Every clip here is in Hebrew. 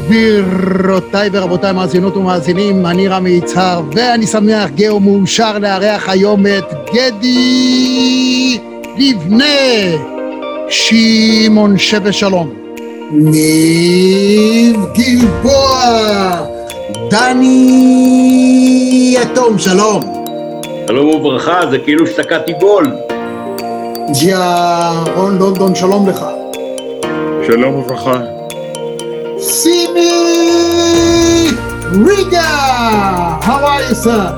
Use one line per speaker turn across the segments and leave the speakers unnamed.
גבירותיי ורבותיי מאזינות ומאזינים, אני רמי יצהר ואני שמח גאו מאושר לארח היום את גדי לבנה, שמעון שווה שלום, ניב גלבוע, דני יתום שלום.
שלום וברכה, זה כאילו שתקעתי גול.
ירון לונדון שלום לך.
שלום וברכה.
סימי ריגה, how are you sir?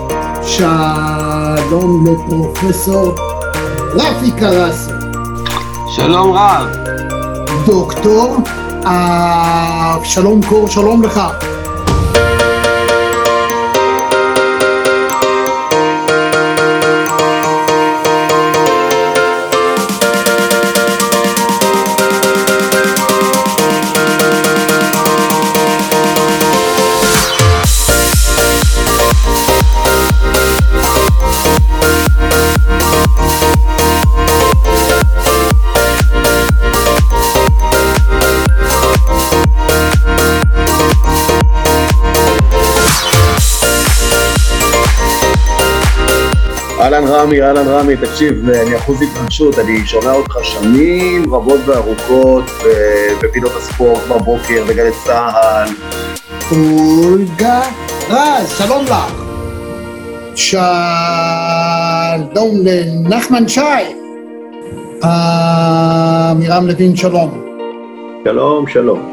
שלום לפרופסור רפי קרסי.
שלום רב.
דוקטור שלום קור, שלום לך.
אהלן רמי, תקשיב, אני אחוז התרגשות, אני שומע אותך שנים רבות וארוכות בפינות הספורט בבוקר, בגלי צהל.
אולגה רז, שלום לך. שלום לנחמן שי. מירם לוין, שלום.
שלום.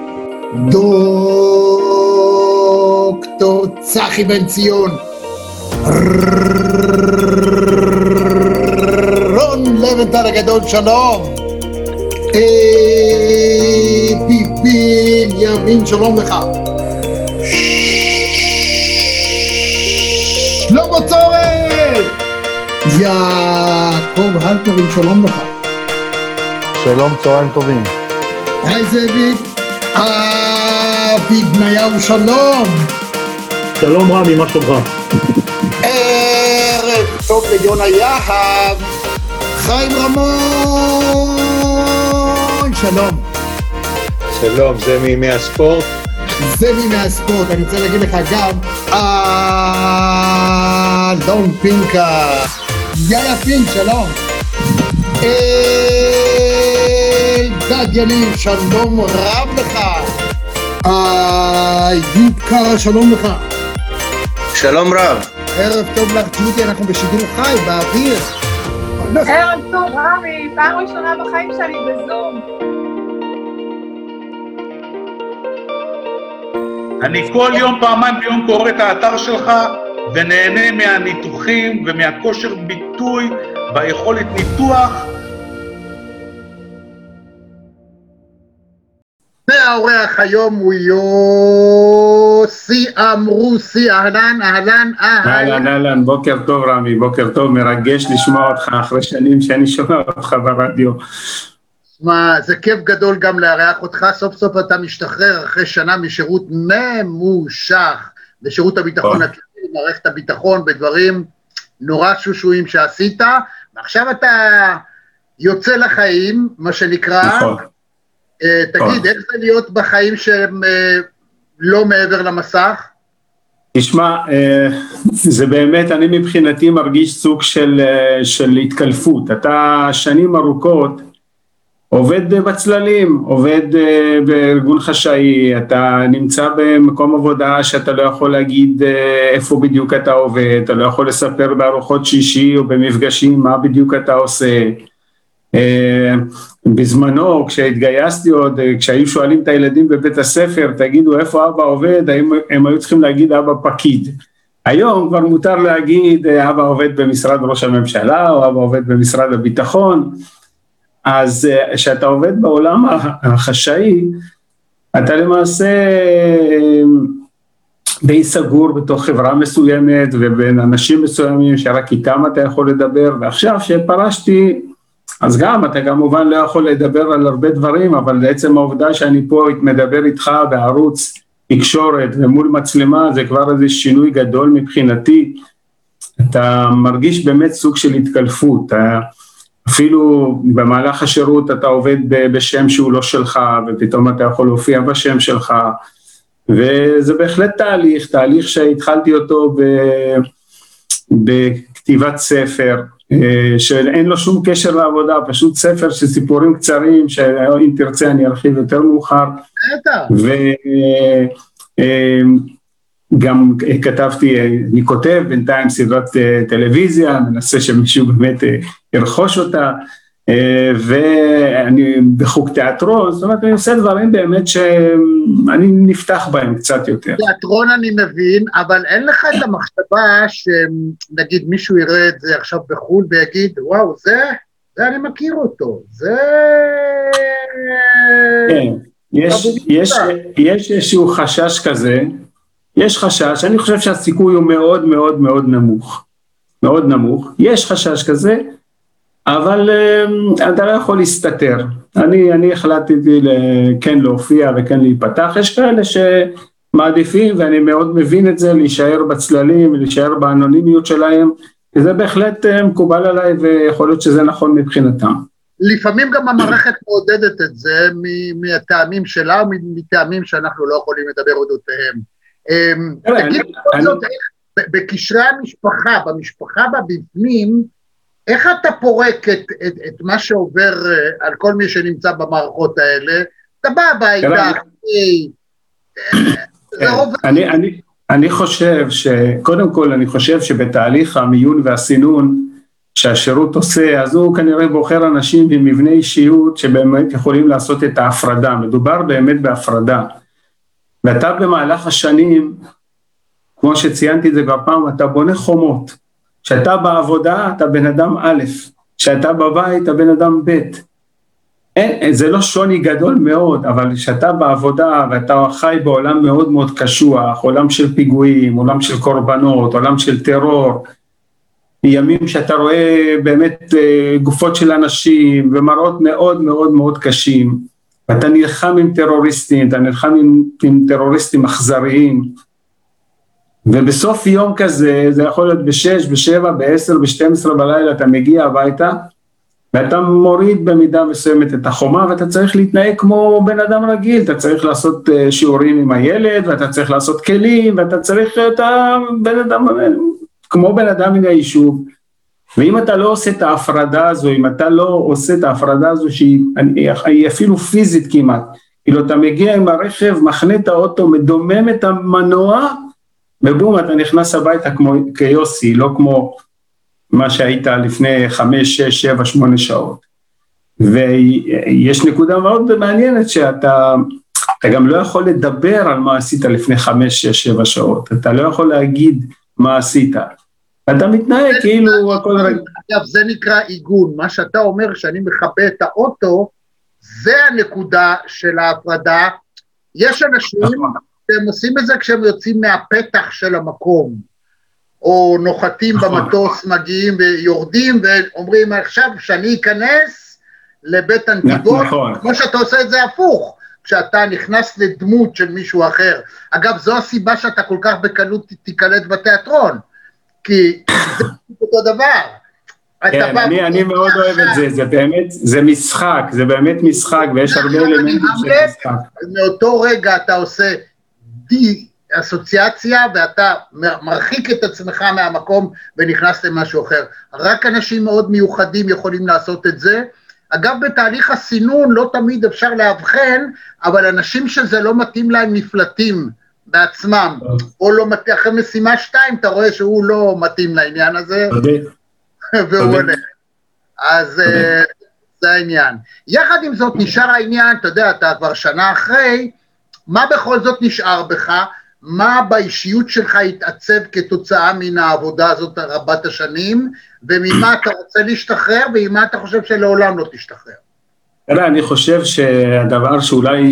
דוקטור צחי בן ציון. רון לבנטל הגדול, שלום. ביבין ימין, שלום לך. שלמה צורן. יעקב הלפרין, שלום לך.
שלום, צהריים טובים.
היי זאביק. אבי בניהו, שלום.
שלום רמי, מה שלומך?
ערב טוב ליונה יהב. חיים רמון, שלום.
שלום, זה מימי הספורט?
זה מימי הספורט, אני רוצה להגיד לך גם אלון פינקה. יאללה פינק, שלום. אלדד יניב, שלום רב לך. איוב קרא, שלום לך.
שלום רב.
ערב טוב לך, ג'ודי, אנחנו בשידור חי, באוויר.
ערב טוב רמי, פעם ראשונה בחיים שלי בזום.
אני כל יום, פעמיים ביום קורא את האתר שלך ונהנה מהניתוחים ומהכושר ביטוי והיכולת ניתוח.
והאורח היום הוא יוסי אמרוסי. אהלן.
בוקר טוב רמי, בוקר טוב, מרגש לשמוע אותך אחרי שנים שאני שומע אותך ברדיו.
זה כיף גדול גם לארח אותך, סוף סוף אתה משתחרר אחרי שנה משירות ממושך בשירות הביטחון הכללי, מערכת הביטחון, בדברים נורא שושויים שעשית, ועכשיו אתה יוצא לחיים, מה שנקרא.
נכון.
תגיד, איך זה להיות בחיים שהם לא מעבר למסך?
תשמע, זה באמת, אני מבחינתי מרגיש סוג של התקלפות. אתה שנים ארוכות עובד בצללים, עובד בארגון חשאי, אתה נמצא במקום עבודה שאתה לא יכול להגיד איפה בדיוק אתה עובד, אתה לא יכול לספר בארוחות שישי או במפגשים מה בדיוק אתה עושה. בזמנו כשהתגייסתי עוד, כשהיו שואלים את הילדים בבית הספר, תגידו איפה אבא עובד, הם היו צריכים להגיד אבא פקיד. היום כבר מותר להגיד אבא עובד במשרד ראש הממשלה או אבא עובד במשרד הביטחון. אז כשאתה עובד בעולם החשאי, אתה למעשה די סגור בתוך חברה מסוימת ובין אנשים מסוימים שרק איתם אתה יכול לדבר, ועכשיו שפרשתי, אז אתה כמובן לא יכול לדבר על הרבה דברים, אבל בעצם העובדה שאני פה מדבר איתך בערוץ תקשורת ומול מצלמה, זה כבר איזה שינוי גדול מבחינתי. אתה מרגיש באמת סוג של התקלפות, אפילו במהלך השירות אתה עובד בשם שהוא לא שלך, ופתאום אתה יכול להופיע בשם שלך, וזה בהחלט תהליך שהתחלתי אותו בכתיבת ספר, שאין לו שום קשר לעבודה, פשוט ספר של סיפורים קצרים, שאם תרצה אני ארחיב יותר מאוחר, וגם כתבתי, אני כותב בינתיים סדרת טלוויזיה, מנסה שמישהו באמת ירכוש אותה, ואני בחוג תיאטרון, זאת אומרת אני עושה דברים באמת שאני נפתח בהם קצת יותר.
תיאטרון אני מבין, אבל אין לך את המחשבה שנגיד מישהו יראה את זה עכשיו בחול ויגיד וואו זה אני מכיר אותו, זה...
כן, יש איזשהו חשש כזה, יש חשש, אני חושב שהסיכוי הוא מאוד מאוד מאוד נמוך, מאוד נמוך, יש חשש כזה, אבל אתה לא יכול להסתתר, אני החלטתי כן להופיע וכן להיפתח, יש כאלה שמעדיפים ואני מאוד מבין את זה, להישאר בצללים, להישאר באנונימיות שלהם, וזה בהחלט מקובל עליי ויכול להיות שזה נכון מבחינתם. זאת
גם המערכת מעודדת את זה מהטעמים שלה ומטעמים שאנחנו לא יכולים לדבר אודותיהם. תגיד זאת, בקשרי המשפחה, במשפחה בבפנים, איך אתה פורק את מה שעובר על כל מי שנמצא במערכות האלה? אתה בא הביתה,
אני חושב שקודם כל אני חושב שבתהליך המיון והסינון שהשירות עושה, אז הוא כנראה בוחר אנשים עם מבנה אישיות שבאמת יכולים לעשות את ההפרדה, מדובר באמת בהפרדה, ואתה במהלך השנים, כמו שציינתי את זה כבר פעם, אתה בונה חומות, שאתה בעבודה אתה בן אדם א', שאתה בבית אתה בן אדם ב', זה לא שוני גדול מאוד, אבל שאתה בעבודה ואתה חי בעולם מאוד מאוד קשוח, עולם של פיגועים, עולם של קורבנות, עולם של טרור, ימים שאתה רואה באמת גופות של אנשים ומראות מאוד מאוד מאוד קשים, ואתה נלחם עם טרוריסטים, אתה נלחם עם טרוריסטים אכזריים, ובסוף יום כזה, זה יכול להיות ב6, ב7, ב10, ב12 בלילה, אתה מגיע הביתה, ואתה מוריד במידה מסוימת את החומה, ואתה צריך להתנהג כמו בן אדם רגיל, אתה צריך לעשות שיעורים עם הילד, ואתה צריך לעשות כלים, ואתה צריך להיות בן אדם, כמו בן אדם מן היישוב, ואם אתה לא עושה את ההפרדה הזו, אם אתה לא עושה את ההפרדה הזו, שהיא אפילו פיזית כמעט, כאילו אתה מגיע עם הרכב, מכנה את האוטו, מדומם את המנוע, ובום, אתה נכנס הביתה כיוסי, לא כמו מה שהיית לפני 5, 6, 7, 8 שעות. ויש נקודה מאוד מעניינת שאתה גם לא יכול לדבר על מה עשית לפני 5, 6, 7 שעות, אתה לא יכול להגיד מה עשית, אתה מתנהג כאילו הכל רגע.
אגב, זה נקרא עיגון, מה שאתה אומר שאני מכבה את האוטו, זה הנקודה של ההפרדה, יש אנשים שהם עושים את זה כשהם יוצאים מהפתח של המקום, או נוחתים במטוס, מגיעים ויורדים ואומרים עכשיו שאני אכנס לבית הנתיבות, כמו שאתה עושה את זה הפוך, כשאתה נכנס לדמות של מישהו אחר. אגב, זו הסיבה שאתה כל כך בקלות תיקלט בתיאטרון, כי זה אותו דבר.
אני מאוד אוהב את זה, זה באמת, זה משחק, זה באמת משחק, ויש הרבה אלמנטים של משחק.
מאותו רגע אתה עושה אסוציאציה, ואתה מרחיק את עצמך מהמקום ונכנס למשהו אחר. רק אנשים מאוד מיוחדים יכולים לעשות את זה. אגב, בתהליך הסינון לא תמיד אפשר להבחן, אבל אנשים שזה לא מתאים להם נפלטים בעצמם, או לא מתאים, אחרי משימה 2, אתה רואה שהוא לא מתאים לעניין הזה, והוא הולך. אז זה העניין. יחד עם זאת נשאר העניין, אתה יודע, אתה כבר שנה אחרי, מה בכל זאת נשאר בך? מה באישיות שלך התעצב כתוצאה מן העבודה הזאת רבת השנים, וממה אתה רוצה להשתחרר, וממה אתה חושב שלעולם לא תשתחרר?
אני חושב שהדבר שאולי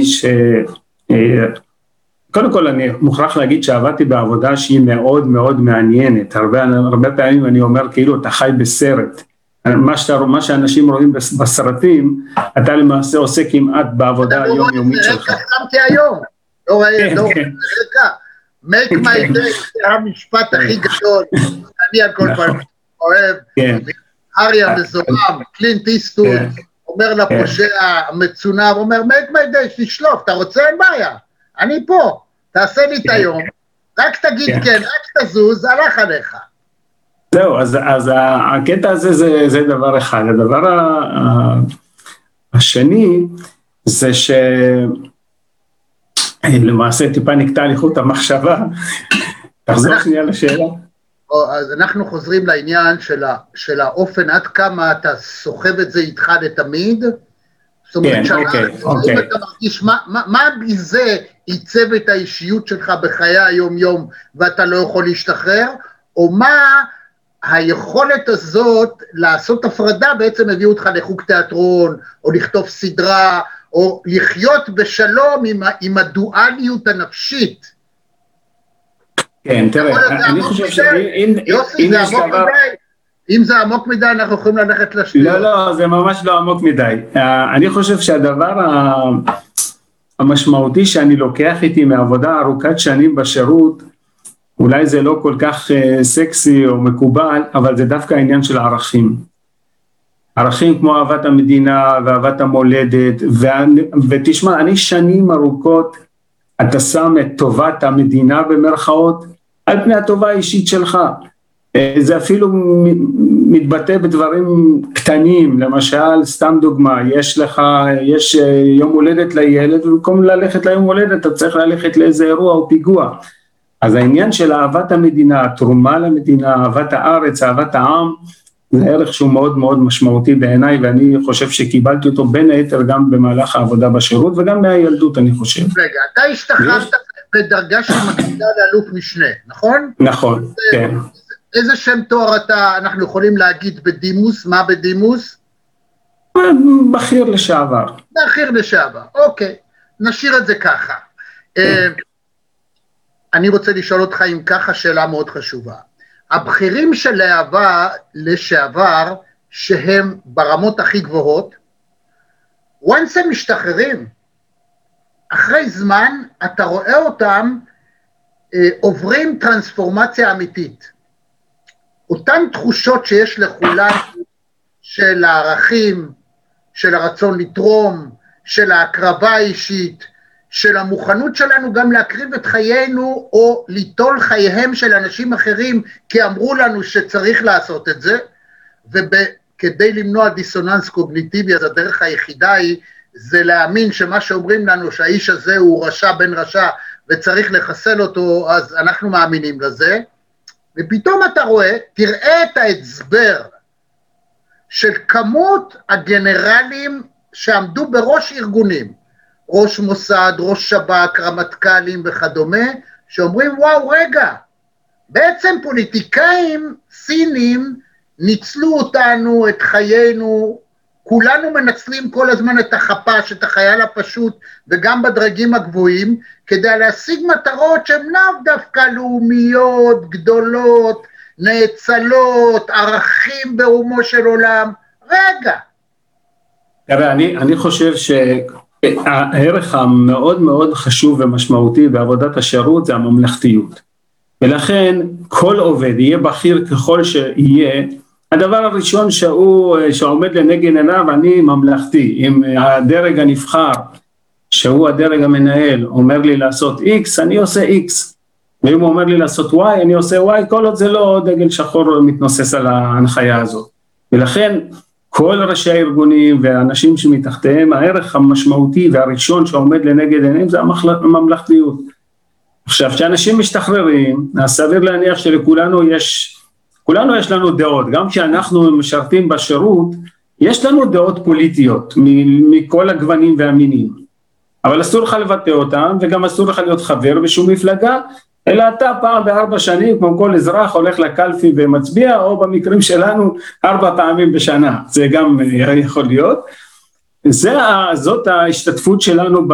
קודם כל אני מוכרח להגיד שעבדתי בעבודה שהיא מאוד מאוד מעניינת, הרבה פעמים אני אומר כאילו אתה חי בסרט, מה שאנשים רואים בסרטים, אתה למעשה עושה כמעט בעבודה היומיומית שלך.
שמתי היום, לא ראיתי, make my day, זה המשפט הכי גדול, אני על כל פעם אוהב, אריה מזורם, קלינט איסטווד, אומר לפושע המצונב, אומר make my day, תשלוף, אתה רוצה אין בעיה, אני פה, תעשה לי את היום, רק תגיד כן, רק תזוז, הלך עליך.
זהו, אז הקטע הזה זה דבר אחד. הדבר השני זה שלמעשה טיפה נקטע לי חוט המחשבה. תחזור שנייה לשאלה.
אז אנחנו חוזרים לעניין של האופן עד כמה אתה סוחב את זה איתך לתמיד. זאת אומרת, אם אתה מרגיש מה בזה ייצב את האישיות שלך בחיי היום-יום ואתה לא יכול להשתחרר, או מה היכולת הזאת לעשות הפרדה בעצם הביאו אותך לחוג תיאטרון, או לכתוב סדרה, או לחיות בשלום עם הדואליות הנפשית.
כן, תראה, אני חושב שאם יש דבר...
אם זה עמוק מדי, אנחנו יכולים ללכת לשטויות.
לא, זה ממש לא עמוק מדי. אני חושב שהדבר המשמעותי שאני לוקח איתי מעבודה ארוכת שנים בשירות, אולי זה לא כל כך סקסי או מקובל, אבל זה דווקא העניין של הערכים. ערכים כמו אהבת המדינה ואהבת המולדת, ותשמע, אני שנים ארוכות, אתה שם את טובת המדינה במרכאות, על פני הטובה האישית שלך. זה אפילו מתבטא בדברים קטנים, למשל, סתם דוגמה, יש יום הולדת לילד, ובמקום ללכת ליום הולדת, אתה צריך ללכת לאיזה אירוע או פיגוע. אז העניין של אהבת המדינה, התרומה למדינה, אהבת הארץ, אהבת העם, זה ערך שהוא מאוד מאוד משמעותי בעיניי, ואני חושב שקיבלתי אותו בין היתר גם במהלך העבודה בשירות, וגם מהילדות אני חושב.
רגע, אתה השתחררת בדרגה של מקבילה לאלוף משנה, נכון?
נכון, כן.
איזה שם תואר אנחנו יכולים להגיד בדימוס? מה בדימוס?
בכיר לשעבר.
בכיר לשעבר, אוקיי. נשאיר את זה ככה. אני רוצה לשאול אותך אם ככה שאלה מאוד חשובה. הבכירים של לשעבר, שהם ברמות הכי גבוהות, once הם משתחררים, אחרי זמן אתה רואה אותם עוברים טרנספורמציה אמיתית. אותן תחושות שיש לכולם של הערכים, של הרצון לתרום, של ההקרבה האישית, של המוכנות שלנו גם להקריב את חיינו או ליטול חייהם של אנשים אחרים, כי אמרו לנו שצריך לעשות את זה, וכדי למנוע דיסוננס קוגניטיבי, אז הדרך היחידה היא, זה להאמין שמה שאומרים לנו שהאיש הזה הוא רשע בן רשע וצריך לחסל אותו, אז אנחנו מאמינים לזה, ופתאום אתה רואה, תראה את ההסבר של כמות הגנרלים שעמדו בראש ארגונים, ראש מוסד, ראש שב"כ, רמטכ"לים וכדומה, שאומרים וואו רגע, בעצם פוליטיקאים סינים ניצלו אותנו, את חיינו, כולנו מנצלים כל הזמן את החפש, את החייל הפשוט, וגם בדרגים הגבוהים, כדי להשיג מטרות שהן לאו דווקא לאומיות, גדולות, נאצלות, ערכים ברומו של עולם. רגע.
תראה, אני חושב שהערך המאוד מאוד חשוב ומשמעותי בעבודת השירות זה הממלכתיות. ולכן כל עובד, יהיה בכיר ככל שיהיה, הדבר הראשון שעומד לנגד עיניו, אני ממלכתי. אם הדרג הנבחר, שהוא הדרג המנהל, אומר לי לעשות X, אני עושה X. ואם הוא אומר לי לעשות Y, אני עושה Y, כל עוד זה לא דגל שחור מתנוסס על ההנחיה הזאת. ולכן כל ראשי הארגונים והאנשים שמתחתיהם, הערך המשמעותי והראשון שעומד לנגד עיניהם זה הממלכתיות. עכשיו, כשאנשים משתחררים, סביר להניח שלכולנו יש לנו דעות, גם כשאנחנו משרתים בשירות, יש לנו דעות פוליטיות מכל הגוונים והמינים, אבל אסור לך לבטא אותם, וגם אסור לך להיות חבר בשום מפלגה, אלא אתה פעם ב4 שנים, כמו כל אזרח, הולך לקלפי ומצביע, או במקרים שלנו 4 פעמים בשנה, זה גם יכול להיות. זאת ההשתתפות שלנו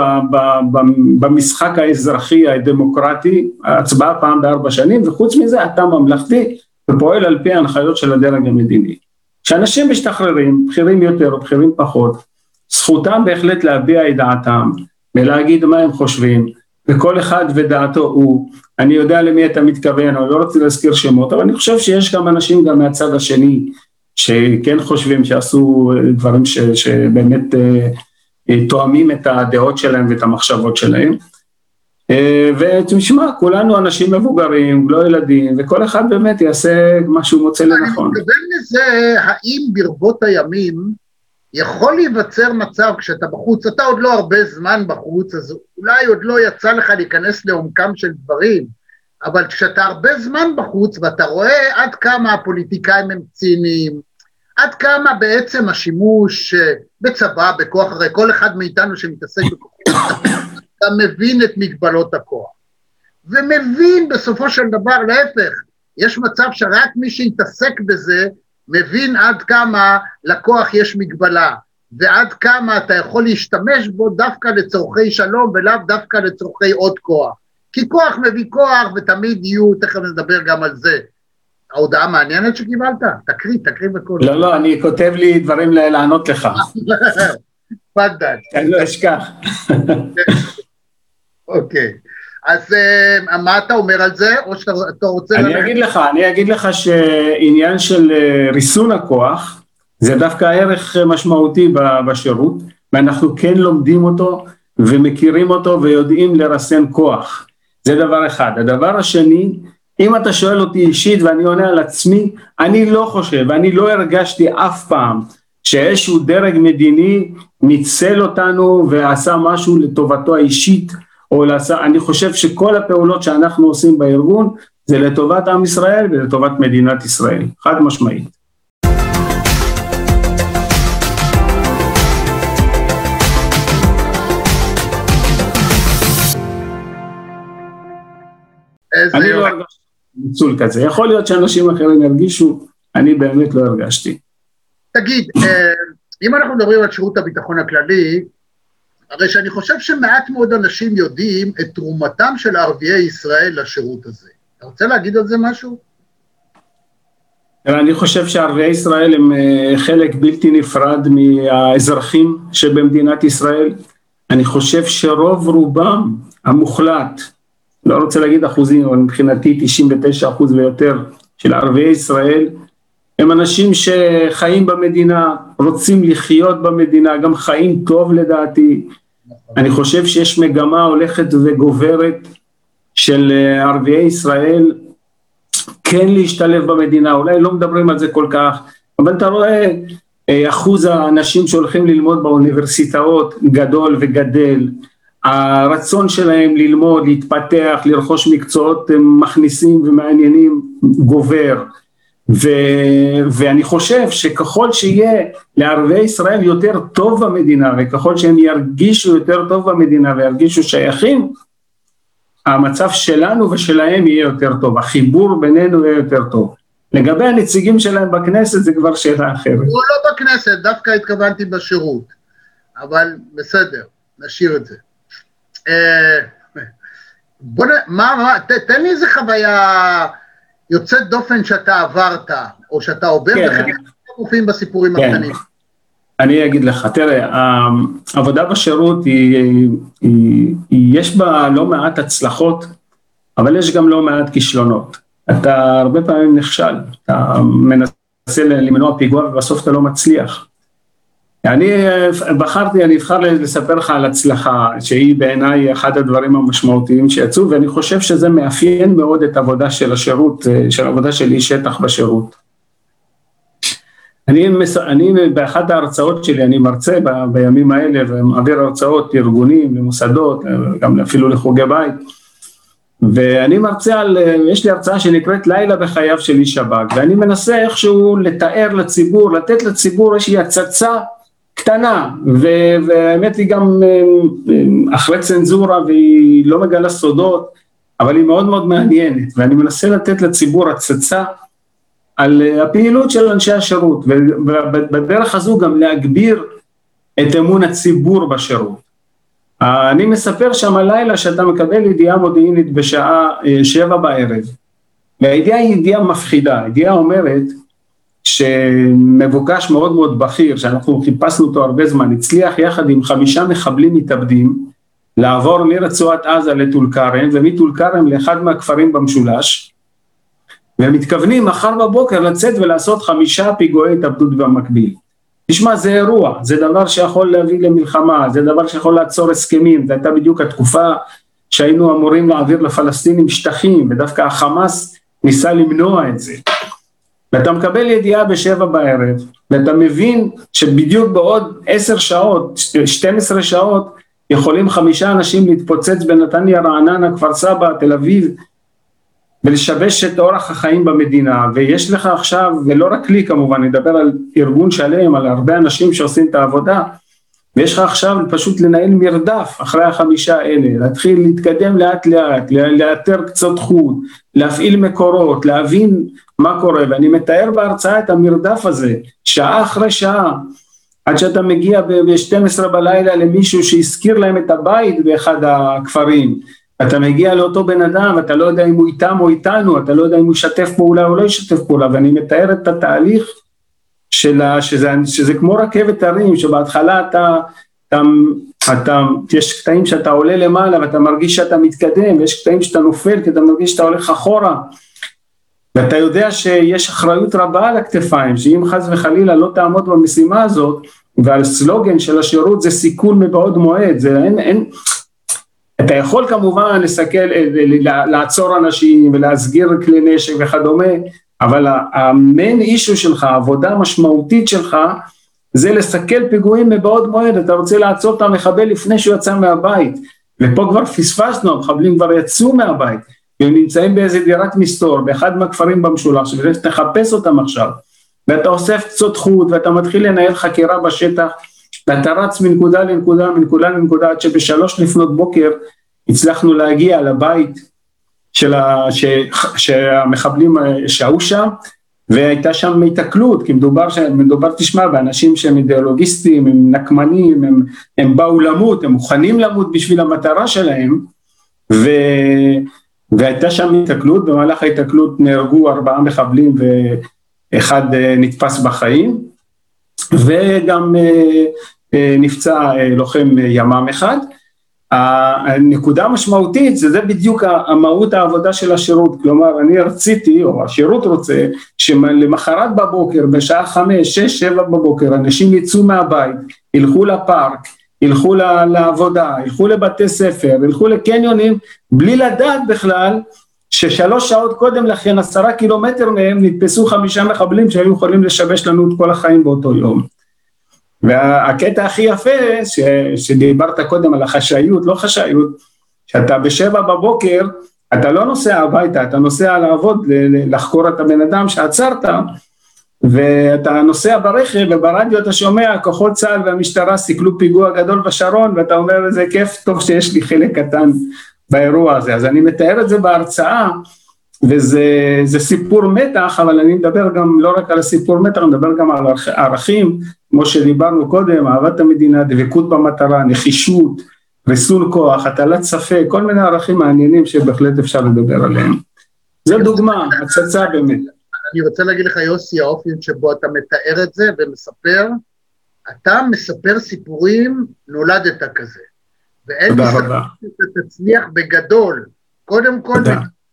במשחק האזרחי הדמוקרטי, הצבעה פעם ב4 שנים, וחוץ מזה אתה ממלכתי, ופועל על פי ההנחיות של הדרג המדיני. כשאנשים משתחררים, בכירים יותר או בכירים פחות, זכותם בהחלט להביע את דעתם, ולהגיד מה הם חושבים, וכל אחד ודעתו הוא, אני יודע למי אתה מתכוון, אני לא רוצה להזכיר שמות, אבל אני חושב שיש גם אנשים גם מהצד השני, שכן חושבים שעשו דברים שבאמת תואמים את הדעות שלהם ואת המחשבות שלהם. ותשמע, כולנו אנשים מבוגרים, לא ילדים, וכל אחד באמת יעשה מה שהוא מוצא לנכון.
אני מתכוון לזה, האם ברבות הימים יכול להיווצר מצב כשאתה בחוץ, אתה עוד לא הרבה זמן בחוץ, אז אולי עוד לא יצא לך להיכנס לעומקם של דברים, אבל כשאתה הרבה זמן בחוץ ואתה רואה עד כמה הפוליטיקאים הם ציניים, עד כמה בעצם השימוש בצבא, בכוח, הרי כל אחד מאיתנו שמתעסק בכוח, אתה מבין את מגבלות הכוח, ומבין בסופו של דבר להפך, יש מצב שרק מי שיתעסק בזה, מבין עד כמה לכוח יש מגבלה, ועד כמה אתה יכול להשתמש בו דווקא לצורכי שלום, ולאו דווקא לצורכי עוד כוח. כי כוח מביא כוח, ותמיד יהיו, תכף נדבר גם על זה. ההודעה מעניינת שקיבלת? תקריא בכל.
לא, אני כותב לי דברים לענות לך.
פדל.
אני לא אשכח.
אוקיי. אז מה אתה אומר על זה, או שאתה רוצה...
אני אגיד לך שעניין של ריסון הכוח, זה דווקא ערך משמעותי בשירות, ואנחנו כן לומדים אותו, ומכירים אותו, ויודעים לרסן כוח. זה דבר אחד. הדבר השני, אם אתה שואל אותי אישית, ואני עונה על עצמי, אני לא חושב, אני לא הרגשתי אף פעם, שאיזשהו דרג מדיני ניצל אותנו, ועשה משהו לטובתו האישית, אני חושב שכל הפעולות שאנחנו עושים בארגון, זה לטובת עם ישראל ולטובת מדינת ישראל, חד משמעית. אני לא הרגשתי ניצול כזה, יכול להיות שאנשים אחרים ירגישו, אני באמת לא הרגשתי.
תגיד, אם אנחנו מדברים על שירות הביטחון הכללי, הרי שאני חושב שמעט מאוד אנשים יודעים את תרומתם של ערביי ישראל לשירות הזה. אתה רוצה להגיד על זה משהו?
אני חושב שערביי ישראל הם חלק בלתי נפרד מהאזרחים שבמדינת ישראל. אני חושב שרוב רובם המוחלט, לא רוצה להגיד אחוזים, אבל מבחינתי 99% ויותר של ערביי ישראל, הם אנשים שחיים במדינה, רוצים לחיות במדינה, גם חיים טוב לדעתי. אני חושב שיש מגמה הולכת וגוברת של ערביי ישראל, כן להשתלב במדינה, אולי לא מדברים על זה כל כך, אבל אתה רואה אחוז האנשים שהולכים ללמוד באוניברסיטאות גדול וגדל, הרצון שלהם ללמוד, להתפתח, לרכוש מקצועות מכניסים ומעניינים גובר, ואני חושב שככל שיהיה לערביי ישראל יותר טוב במדינה, וככל שהם ירגישו יותר טוב במדינה וירגישו שייכים, המצב שלנו ושלהם יהיה יותר טוב, החיבור בינינו יהיה יותר טוב. לגבי הנציגים שלהם בכנסת זה כבר שאלה אחרת.
הוא לא בכנסת, דווקא התכוונתי בשירות, אבל בסדר, נשאיר את זה. תן לי איזה חוויה יוצאת דופן שאתה עברת, או שאתה עובר, וחלק מופיעים בסיפורים הקטנים.
אני אגיד לך, תראה, העבודה בשירות יש בה לא מעט הצלחות, אבל יש גם לא מעט כישלונות. אתה הרבה פעמים נכשל, אתה מנסה למנוע פיגוע ובסוף אתה לא מצליח. אני אבחר לספר לך על הצלחה, שהיא בעיניי אחד הדברים המשמעותיים שיצאו, ואני חושב שזה מאפיין מאוד את העבודה של השירות, של העבודה של איש שטח בשירות. אני באחת ההרצאות שלי, אני מרצה בימים האלה, ומעביר הרצאות ארגונים, למוסדות, גם אפילו לחוגי בית, ואני מרצה יש לי הרצאה שנקראת לילה בחייו של איש שב"כ, ואני מנסה איכשהו לתאר לציבור, לתת לציבור איזושהי הצצה קטנה, והאמת היא גם אחרי צנזורה, והיא לא מגלה סודות, אבל היא מאוד מאוד מעניינת, ואני מנסה לתת לציבור הצצה, על הפעילות של אנשי השירות, ובדרך הזו גם להגביר את אמון הציבור בשירות. אני מספר שם הלילה שאתה מקבל ידיעה מודיעינית בשעה 7 בערב, והידיעה היא ידיעה מפחידה, הידיעה אומרת שמבוקש מאוד מאוד בכיר, שאנחנו חיפשנו אותו הרבה זמן, הצליח יחד עם 5 מחבלים מתאבדים, לעבור מרצועת עזה לטול כרם, ומטול כרם לאחד מהכפרים במשולש, והם מתכוונים מחר בבוקר לצאת ולעשות 5 פיגועי התאבדות במקביל. תשמע, זה אירוע, זה דבר שיכול להביא למלחמה, זה דבר שיכול לעצור הסכמים, זו הייתה בדיוק התקופה שהיינו אמורים להעביר לפלסטינים שטחים, ודווקא החמאס ניסה למנוע את זה. ואתה מקבל ידיעה ב7 בערב, ואתה מבין שבדיוק בעוד 10 שעות, 12 שעות, יכולים 5 אנשים להתפוצץ בנתניה, רעננה, כפר סבא, תל אביב, ולשבש את אורח החיים במדינה. ויש לך עכשיו, ולא רק לי כמובן, נדבר על ארגון שלם, על הרבה אנשים שעושים את העבודה, ויש לך עכשיו פשוט לנהל מרדף אחרי 5 האלה, להתחיל להתקדם לאט לאט, לאתר קצות חוט, להפעיל מקורות, להבין מה קורה, ואני מתאר בהרצאה את המרדף הזה, שעה אחרי שעה, עד שאתה מגיע ב-12 בלילה למישהו שהזכיר להם את הבית באחד הכפרים, אתה מגיע לאותו בן אדם, אתה לא יודע אם הוא איתם או איתנו, אתה לא יודע אם הוא ישתף פעולה או לא ישתף פעולה, ואני מתאר את התהליך שזה כמו רכבת הרים, שבהתחלה יש קטעים שאתה עולה למעלה ואתה מרגיש שאתה מתקדם, ויש קטעים שאתה נופל כי אתה מרגיש שאתה הולך אחורה, ואתה יודע שיש אחריות רבה על הכתפיים, שאם חס וחלילה לא תעמוד במשימה הזאת, והסלוגן של השירות זה סיכון מבעוד מועד, אתה יכול כמובן לעצור אנשים ולהסגיר כלי נשק וכדומה, אבל המיין אישו שלך, העבודה המשמעותית שלך, זה לסכל פיגועים מבעוד מועד, אתה רוצה לעצור את המחבל לפני שהוא יצא מהבית, ופה כבר פספסנו, המחבלים כבר יצאו מהבית, והם נמצאים באיזה דירת מסתור, באחד מהכפרים במשולש, ותחפש אותם עכשיו, ואתה אוסף קצות חוט, ואתה מתחיל לנהל חקירה בשטח, ואתה רץ מנקודה לנקודה, עד שב3 לפנות בוקר, הצלחנו להגיע לבית, שהמחבלים שהו שם, והייתה שם התקלות, כי מדובר תשמע, באנשים שהם אידיאולוגיסטים, הם נקמנים, הם באו למות, הם מוכנים למות בשביל המטרה שלהם, והייתה שם התקלות, במהלך ההתקלות נהרגו 4 מחבלים, ואחד נתפס בחיים, וגם נפצע לוחם ימ"מ אחד. הנקודה המשמעותית זה בדיוק המהות העבודה של השירות, כלומר אני רציתי, או השירות רוצה, שלמחרת בבוקר, בשעה 5, 6, 7 בבוקר, אנשים יצאו מהבית, ילכו לפארק, ילכו לעבודה, ילכו לבתי ספר, ילכו לקניונים, בלי לדעת בכלל, ש3 שעות קודם לכן, 10 קילומטר מהם, נתפסו 5 מחבלים שהיו יכולים לשבש לנו את כל החיים באותו יום. והקטע הכי יפה, שדיברת קודם על החשאיות, לא חשאיות, שאתה ב7 בבוקר, אתה לא נוסע הביתה, אתה נוסע לעבוד, לחקור את הבן אדם שעצרת, ואתה נוסע ברכב, וברדיו אתה שומע, כוחות צה"ל והמשטרה סיכלו פיגוע גדול בשרון, ואתה אומר, איזה כיף טוב שיש לי חלק קטן באירוע הזה. אז אני מתאר את זה בהרצאה, וזה סיפור מתח, אבל אני מדבר גם לא רק על הסיפור מתח, אני מדבר גם על ערכים, כמו שדיברנו קודם, אהבת המדינה, דבקות במטרה, נחישות, ריסון כוח, הטלת ספק, כל מיני ערכים מעניינים שבהחלט אפשר לדבר עליהם. זו דוגמה, הצצה באמת.
אני רוצה להגיד לך יוסי, האופן שבו אתה מתאר את זה ומספר, אתה מספר סיפורים, נולדת כזה. ואין לי ספק שאתה תצליח בגדול. קודם כל,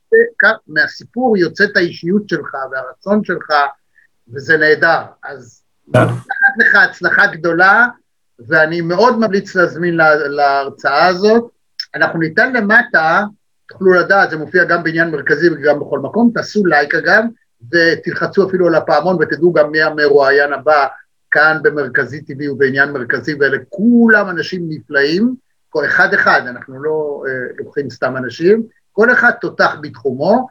מהסיפור יוצאת האישיות שלך והרצון שלך, וזה נהדר. אז נתת לך הצלחה גדולה, ואני מאוד ממליץ להזמין להרצאה הזאת. אנחנו ניתן למטה, תוכלו לדעת, זה מופיע גם בעניין מרכזי וגם בכל מקום, תעשו לייק אגב, ותלחצו אפילו על הפעמון, ותדעו גם מי המרואיין הבא, כאן במרכזי טבעי ובעניין מרכזי, ואלה כולם אנשים נפלאים, כל אחד, אנחנו לא לוקחים סתם אנשים, כל אחד תותח בתחומו,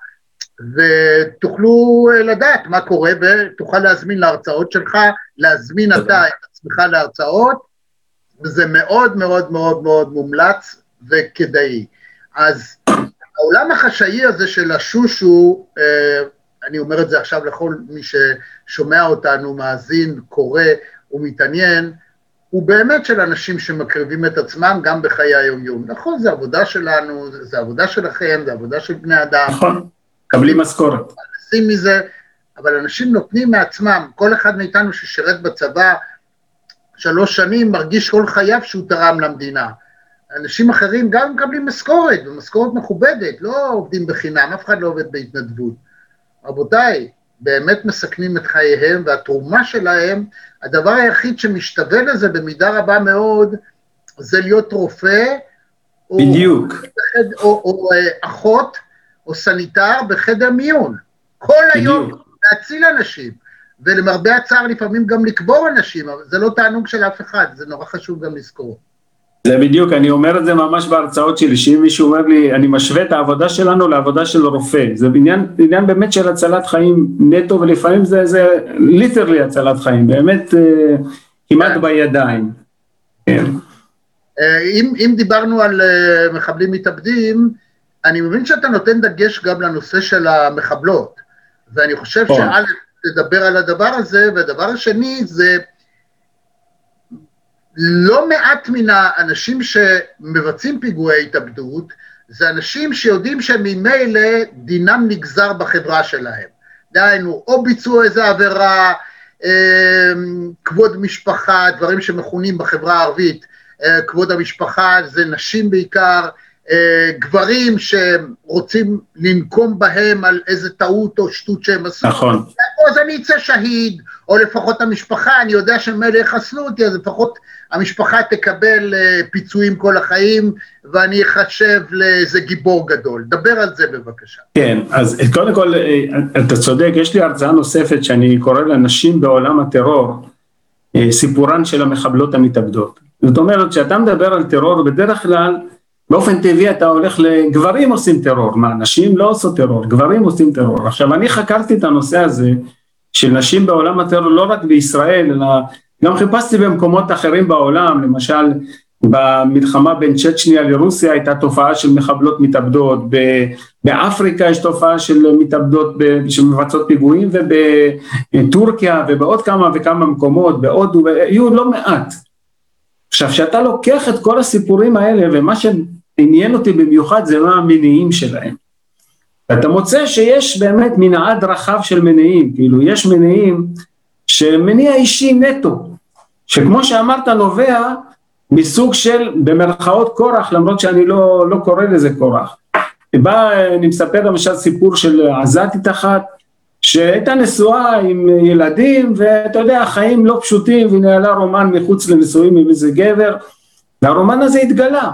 ותוכלו לדעת מה קורה, ותוכל להזמין להרצאות שלך, להזמין אתה את עצמך להרצאות, וזה מאוד מאוד מאוד מאוד מומלץ וכדאי. אז העולם החשאי הזה של השושו, אני אומר את זה עכשיו לכל מי ששומע אותנו, מאזין, קורא ומתעניין, הוא באמת של אנשים שמקריבים את עצמם גם בחיי היום-יום. נכון, זה עבודה שלנו, זה עבודה שלכם, זה עבודה של בני אדם.
נכון, קבלים משכורת.
נשים מזה, אבל אנשים נותנים מעצמם, כל אחד מאיתנו ששירת בצבא 3 שנים, מרגיש כל חייו שהוא תרם למדינה. אנשים אחרים גם מקבלים משכורת, ומשכורת מכובדת, לא עובדים בחינם, אף אחד לא עובד בהתנדבות. רבותיי, באמת מסכנים את חייהם, והתרומה שלהם, הדבר היחיד שמשתווה לזה במידה רבה מאוד, זה להיות רופא,
בדיוק.
או אחות או סניטר בחדר מיון. כל היום להציל אנשים, ולמרבה הצער לפעמים גם לקבור אנשים, אבל זה לא תענוג של אף אחד, זה נורא חשוב גם לזכור.
זה בדיוק, אני אומר את זה ממש בהרצאות שלי, שאם מישהו אומר לי, אני משווה את העבודה שלנו לעבודה של רופא, זה עניין באמת של הצלת חיים נטו, ולפעמים זה ליטרלי הצלת חיים, באמת כמעט בידיים.
אם דיברנו על מחבלים מתאבדים, אני מבין שאתה נותן דגש גם לנושא של המחבלות, ואני חושב שא' תדבר על הדבר הזה, והדבר השני זה, לא מעט מן האנשים שמבצעים פיגועי התאבדות, זה אנשים שיודעים שממילא דינם נגזר בחברה שלהם. דהיינו, או ביצעו איזו עבירה, כבוד משפחה, דברים שמכונים בחברה הערבית, כבוד המשפחה זה נשים בעיקר, גברים שרוצים לנקום בהם על איזה טעות או שטות שהם עשו.
נכון.
אז אני אצא שהיד, או לפחות המשפחה, אני יודע שמילא יחסלו אותי, אז לפחות המשפחה תקבל פיצויים כל החיים, ואני אחשב לאיזה גיבור גדול. דבר על זה בבקשה.
כן, אז קודם כל, אתה צודק, יש לי הרצאה נוספת שאני קורא לנשים בעולם הטרור, סיפורן של המחבלות המתאבדות. זאת אומרת, שאתה מדבר על טרור, בדרך כלל, באופן טבעי אתה הולך לגברים עושים טרור, מה, נשים לא עושות טרור, גברים עושים טרור. עכשיו, אני חקרתי את הנושא הזה, של נשים בעולם הטרור, לא רק בישראל, אלא גם חיפשתי במקומות אחרים בעולם, למשל, במלחמה בין צ'צ'ניה לרוסיה, הייתה תופעה של מחבלות מתאבדות, באפריקה יש תופעה של מתאבדות שמבצעות פיגועים, ובטורקיה ובעוד כמה וכמה מקומות, בהודו, והיו לא מעט. עכשיו, שאתה לוקח את כל הסיפורים האלה, ומה שעניין אותי במיוחד זה מה המניעים שלהם. ואתה מוצא שיש באמת מנעד רחב של מניעים, כאילו יש מניעים שמניע אישי נטו, שכמו שאמרת נובע מסוג של במרכאות כורח, למרות שאני לא קורא לזה כורח. אני מספר למשל סיפור של עזתית אחת, שהייתה נשואה עם ילדים, ואתה יודע, החיים לא פשוטים, והיא נהלה רומן מחוץ לנישואים עם איזה גבר, והרומן הזה התגלה,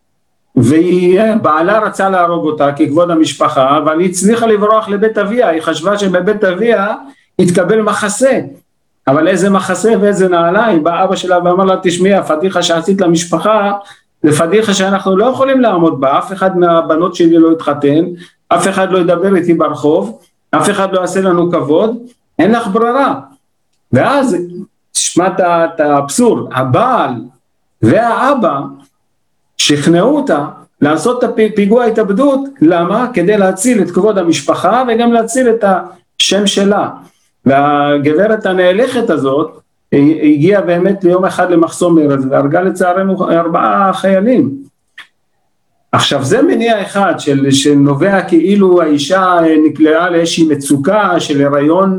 ובעלה רצה להרוג אותה ככבוד המשפחה, אבל היא הצליחה לברוח לבית אביה, היא חשבה שבבית אביה התקבל מחסה, אבל איזה מחסה ואיזה נעליים, בא אבא שלה ואמר לה, תשמעי, הפדיחה שעשית למשפחה, זה פדיחה שאנחנו לא יכולים לעמוד בה, אף אחד מהבנות שלי לא התחתן, אף אחד לא ידבר איתי ברחוב, אף אחד לא יעשה לנו כבוד, אין לך ברירה. ואז, תשמע את האבסורד, הבעל והאבא שכנעו אותה לעשות את פיגוע התאבדות, למה? כדי להציל את כבוד המשפחה וגם להציל את השם שלה. והגברת הנהלכת הזאת הגיעה באמת ליום אחד למחסום ארז והרגה לצערנו 4 חיילים. עכשיו זה מניע אחד שנובע כאילו האישה נקלעה לאיזושהי מצוקה של הריון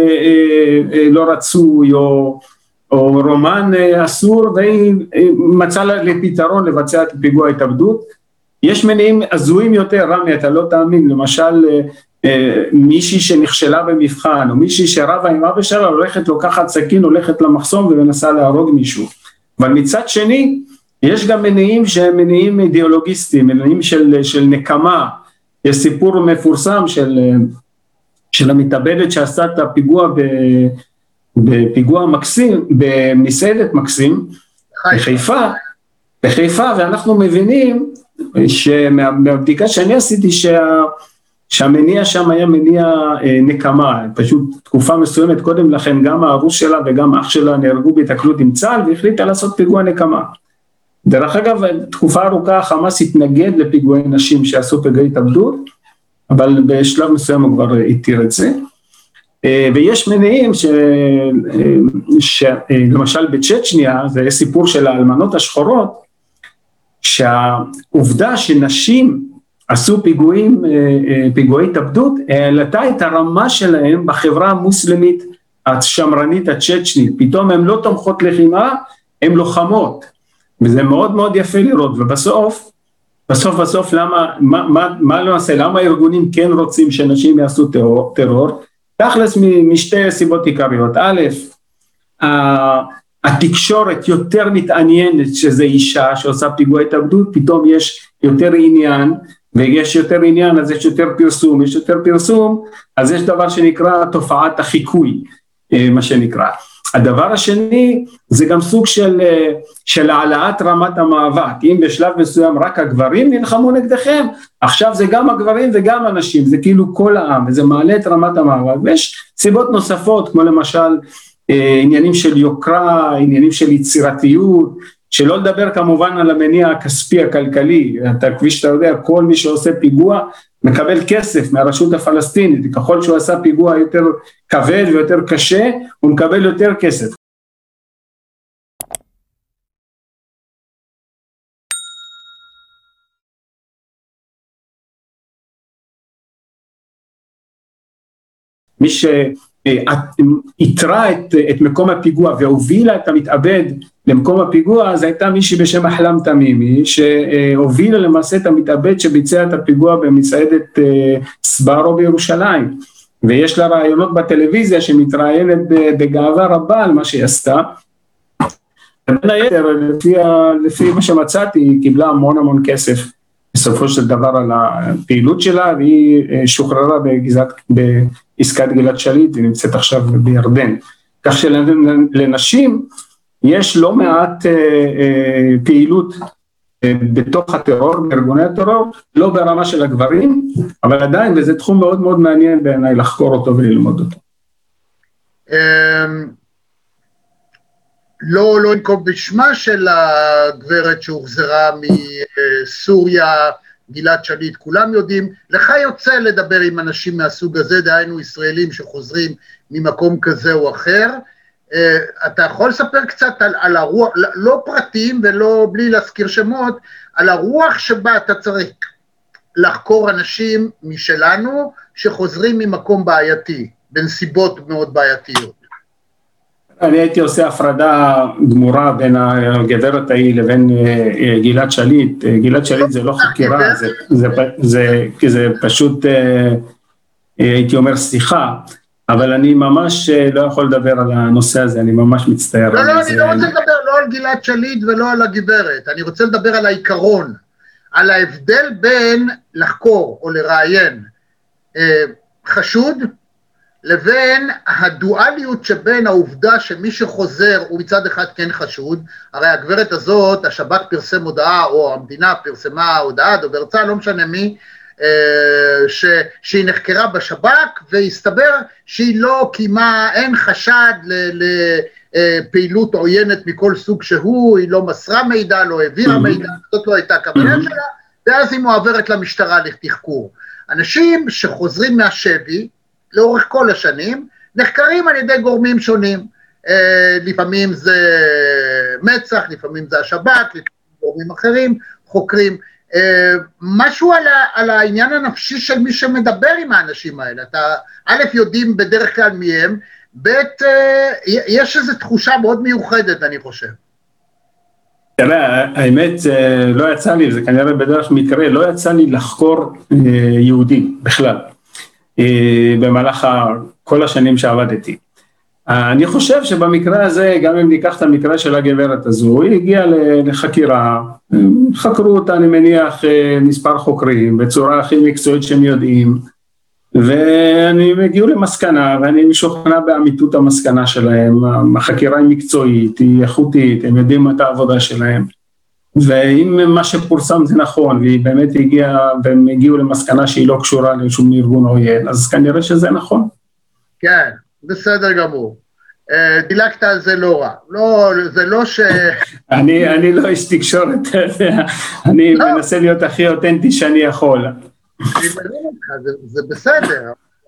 לא רצוי או רומן אסור, והיא מצאה לפתרון לבצע את פיגוע התאבדות. יש מניעים הזויים יותר, רמי, אתה לא תאמין, למשל מישהי שנכשלה במבחן, או מישהי שרבה עם אבא שלה, הולכת לוקחת סכין, הולכת למחסום ומנסה להרוג מישהו. אבל מצד שני, יש גם מניעים שהם מניעים אידיאולוגיסטיים, מניעים של נקמה. יש סיפור מפורסם של המתאבדת שעשתה את הפיגוע בפיגוע מקסים, במסעדת מקסים, בחיפה, ואנחנו מבינים שמהבדיקה שאני עשיתי שהמניע שם היה מניע נקמה, פשוט תקופה מסוימת קודם לכן גם הארוס שלה וגם אח שלה נהרגו בהתקלות עם צה"ל והחליטה לעשות פיגוע נקמה. דרך אגב, תקופה ארוכה החמאס התנגד לפיגועי נשים שעשו פיגועי התאבדות, אבל בשלב מסוים הוא כבר התיר את זה. ויש מניעים למשל בצ'צ'ניה, זה סיפור של האלמנות השחורות, שהעובדה שנשים עשו פיגועי התאבדות, העלתה את הרמה שלהם בחברה המוסלמית השמרנית הצ'צ'נית, פתאום הן לא תומכות לחימה, הן לוחמות, וזה מאוד מאוד יפה לראות, ובסוף, מה לא נעשה, למה הארגונים כן רוצים שנשים יעשו טרור? תכלס משתי סיבות עיקריות, א', התקשורת יותר מתעניינת שזה אישה שעושה פיגוע התאבדות, פתאום יש יותר עניין, ויש יותר עניין אז יש יותר פרסום, יש יותר פרסום, אז יש דבר שנקרא תופעת החיקוי, מה שנקרא. הדבר השני זה גם סוג של העלאת רמת המאבק, אם בשלב מסוים רק הגברים נלחמו נגדכם, עכשיו זה גם הגברים וגם אנשים, זה כאילו כל העם, וזה מעלה את רמת המאבק, ויש סיבות נוספות, כמו למשל עניינים של יוקרה, עניינים של יצירתיות, שלא לדבר כמובן על המניע הכספי הכלכלי, כפי שאתה יודע, כל מי שעושה פיגוע מקבל כסף מהרשות הפלסטינית, ככל שהוא עשה פיגוע יותר כבד ויותר קשה, הוא מקבל יותר כסף. מי שיתרה את מקום הפיגוע והובילה את המתאבד למקום הפיגוע, זה הייתה מישהי בשם אחלם תמימי, שהובילה למעשה את המתאבד שביצע את הפיגוע במסעדת סברו בירושלים, ויש לה רעיונות בטלוויזיה שמתראיינת בגאווה רבה על מה שהיא עשתה. בין היתר, לפי מה שמצאתי, היא קיבלה המון כסף בסופו של דבר על הפעילות שלה, והיא שוחררה בעסקת גלעד שליט, היא נמצאת עכשיו בירדן. כך שלנשים יש לא מעט פעילות בתוך הטרור, בארגוני הטרור, לא ברמה של הגברים, אבל עדיין, וזה תחום מאוד מאוד מעניין בעיניי לחקור אותו וללמוד אותו.
לא נקוב בשמה של הגברת שהוחזרה מסוריה, גלעד שליט, כולם יודעים, לך יוצא לדבר עם אנשים מהסוג הזה, דהיינו ישראלים שחוזרים ממקום כזה או אחר, אתה יכול לספר קצת על הרוח, לא פרטים ולא בלי להזכיר שמות, על הרוח שבה אתה צריך לחקור אנשים משלנו שחוזרים ממקום בעייתי, בנסיבות מאוד בעייתיות.
אני הייתי עושה הפרדה גמורה בין הגברת ההיא לבין גלעד שליט. גלעד שליט זה לא חקירה, זה פשוט, הייתי אומר שיחה, אבל אני ממש לא יכול לדבר על הנושא הזה, אני ממש מצטער.
לא, אני לא רוצה לדבר לא על גלעד שליט ולא על הגברת, אני רוצה לדבר על העיקרון, על ההבדל בין לחקור או לראיין חשוד, לבין הדואליות שבין העובדה שמי שחוזר הוא מצד אחד כן חשוד, הרי הגברת הזאת, השב"כ פרסם הודעה, או המדינה פרסמה הודעה, דובר צה"ל, לא משנה מי, שהיא נחקרה בשב"כ, והסתבר שהיא לא קיימה, אין חשד לפעילות עוינת מכל סוג שהוא, היא לא מסרה מידע, לא העבירה מידע, זאת לא הייתה כוונה שלה, ואז היא מועברת למשטרה לתחקור. אנשים שחוזרים מהשבי, לאורך כל השנים, נחקרים על ידי גורמים שונים, לפעמים זה מצ"ח, לפעמים זה השב"כ, לפעמים גורמים אחרים, חוקרים, משהו על העניין הנפשי של מי שמדבר עם האנשים האלה, אתה א' יודעים בדרך כלל מי הם, ב' יש איזו תחושה מאוד מיוחדת אני חושב.
תראה, האמת לא יצא לי, זה כנראה בדרך מקרה, לא יצא לי לחקור יהודים בכלל. במהלך כל השנים שעבדתי. אני חושב שבמקרה הזה, גם אם ניקח את המקרה של הגברת הזו, היא הגיעה לחקירה, חקרו אותה, אני מניח, מספר חוקרים, בצורה הכי מקצועית שהם יודעים, ואני מגיעו למסקנה, ואני משוכנע באמיתות המסקנה שלהם, החקירה היא מקצועית, היא איכותית, הם יודעים את העבודה שלהם, ואם מה שפורסם זה נכון, והיא באמת הגיעה, והם הגיעו למסקנה שהיא לא קשורה לשום ארגון עוין, אז כנראה שזה נכון.
כן, בסדר גמור. דילגת על זה לא רע. לא, זה לא ש...
אני לא איש תקשורת, אני מנסה להיות הכי אותנטי שאני יכול.
זה בסדר.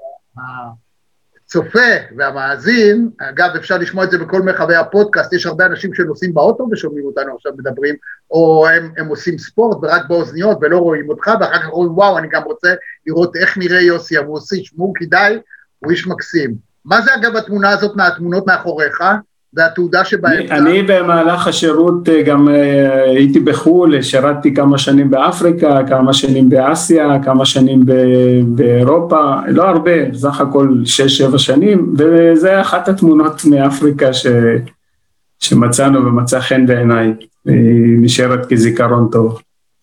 הצופה והמאזין, אגב אפשר לשמוע את זה בכל מרחבי הפודקאסט, יש הרבה אנשים שנוסעים באוטו ושומעים אותנו עכשיו מדברים, או הם עושים ספורט ורק באוזניות ולא רואים אותך, ואחר כך רואים וואו אני גם רוצה לראות איך נראה יוסי אבוסי, שמור כדאי, הוא איש מקסים. מה זה אגב התמונה הזאת מהתמונות מאחוריך, והתעודה שבאמצע?
אני במהלך השירות גם הייתי בחו"ל, שירתתי כמה שנים באפריקה, כמה שנים באסיה, כמה שנים באירופה, לא הרבה, סך הכל 6-7 שנים, וזה אחת התמונות מאפריקה שמצאנו ומצא חן בעיניי, נשארת כזיכרון טוב.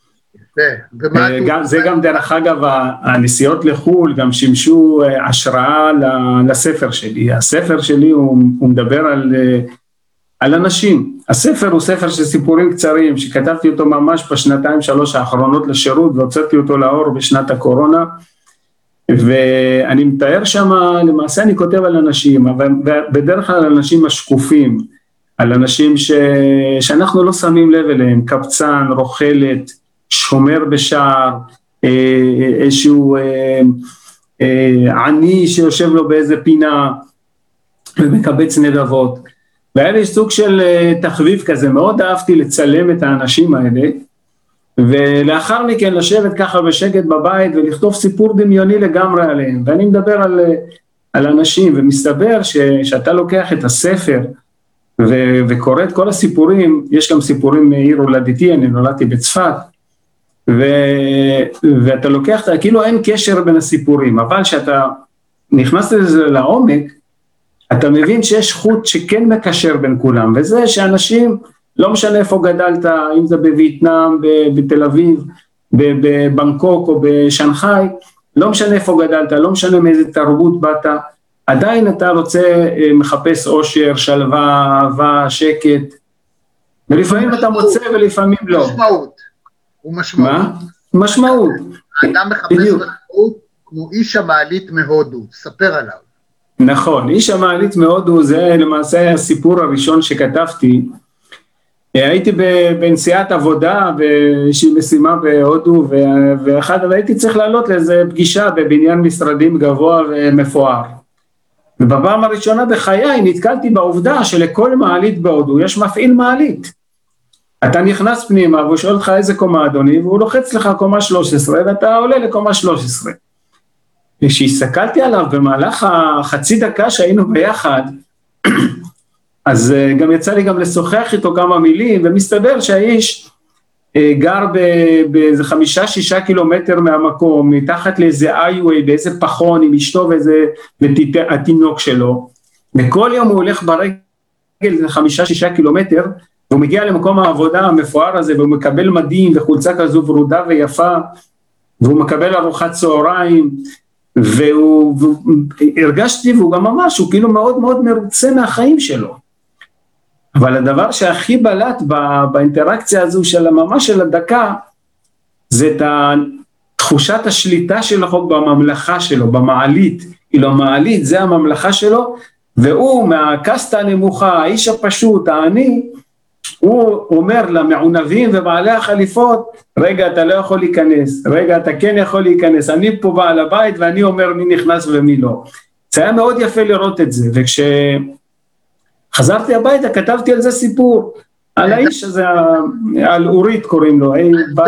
זה גם דרך אגב, הנסיעות לחול גם שימשו השראה לספר שלי. הספר שלי הוא מדבר על אנשים. הספר הוא ספר של סיפורים קצרים, שכתבתי אותו ממש בשנתיים 3 האחרונות לשירות, והוצאתי אותו לאור בשנת הקורונה, ואני מתאר שם, למעשה אני כותב על אנשים, אבל בדרך כלל על אנשים השקופים, על אנשים שאנחנו לא שמים לב אליהם, קבצן, רוחלת, שומר בשער, איזשהו עני שיושב לו באיזה פינה ומקבץ נדבות. והיה לי סוג של תחביב כזה, מאוד אהבתי לצלם את האנשים האלה, ולאחר מכן לשבת ככה בשקט בבית ולכתוב סיפור דמיוני לגמרי עליהם. ואני מדבר על אנשים, ומסתבר שאתה לוקח את הספר וקורא את כל הסיפורים, יש גם סיפורים מעיר הולדתי, אני נולדתי בצפת, ואתה לוקח, כאילו אין קשר בין הסיפורים, אבל שאתה נכנס לזה לעומק, אתה מבין שיש חוט שכן מקשר בין כולם, וזה שאנשים, לא משנה איפה גדלת, אם זה בווייטנאם, בתל אביב, בבנקוק או בשנגחאי, לא משנה איפה גדלת, לא משנה מאיזה תרבות באת, עדיין אתה רוצה, מחפש אושר, שלווה, אהבה, שקט, ולפעמים אתה מוצא ולפעמים לא.
משמעות. הוא משמעות.
מה? משמעות.
האדם מחפש משמעות כמו איש המעלית מהודו, ספר עליו.
נכון, איש המעלית מהודו זה למעשה הסיפור הראשון שכתבתי. הייתי בנסיעת עבודה באיזושהי משימה בהודו, והייתי צריך לעלות לאיזו פגישה בבניין משרדים גבוה ומפואר. ובפעם הראשונה בחיי נתקלתי בעובדה שלכל מעלית בהודו יש מפעיל מעלית. אתה נכנס פנימה והוא שואל לך איזה קומה אדוני, והוא לוחץ לך קומה 13 ואתה עולה לקומה 13. כשהסתכלתי עליו במהלך החצי דקה שהיינו ביחד, אז גם יצא לי גם לשוחח איתו כמה מילים, ומסתבר שהאיש גר באיזה 5-6 קילומטר מהמקום, מתחת לאיזה איי-ווי, באיזה פחון עם אשתו ואיזה התינוק שלו, וכל יום הוא הולך ברגל 5-6 קילומטר, והוא מגיע למקום העבודה המפואר הזה, והוא מקבל מדים וחולצה כזו ורודה ויפה, והוא מקבל ארוחת צהריים, והרגשתי, והוא גם ממש, הוא כאילו מאוד מאוד מרוצה מהחיים שלו. אבל הדבר שהכי בלט באינטראקציה הזו של ממש של הדקה, זה את תחושת השליטה שלו בממלכה שלו, במעלית. כאילו המעלית זה הממלכה שלו, והוא מהקסטה הנמוכה, האיש הפשוט, העני, הוא אומר למעונבים ובעלי החליפות, רגע אתה לא יכול להיכנס, רגע אתה כן יכול להיכנס, אני פה בעל הבית ואני אומר מי נכנס ומי לא. זה היה מאוד יפה לראות את זה, וכשחזרתי הביתה כתבתי על זה סיפור, על האיש הזה, על אורית קוראים לו,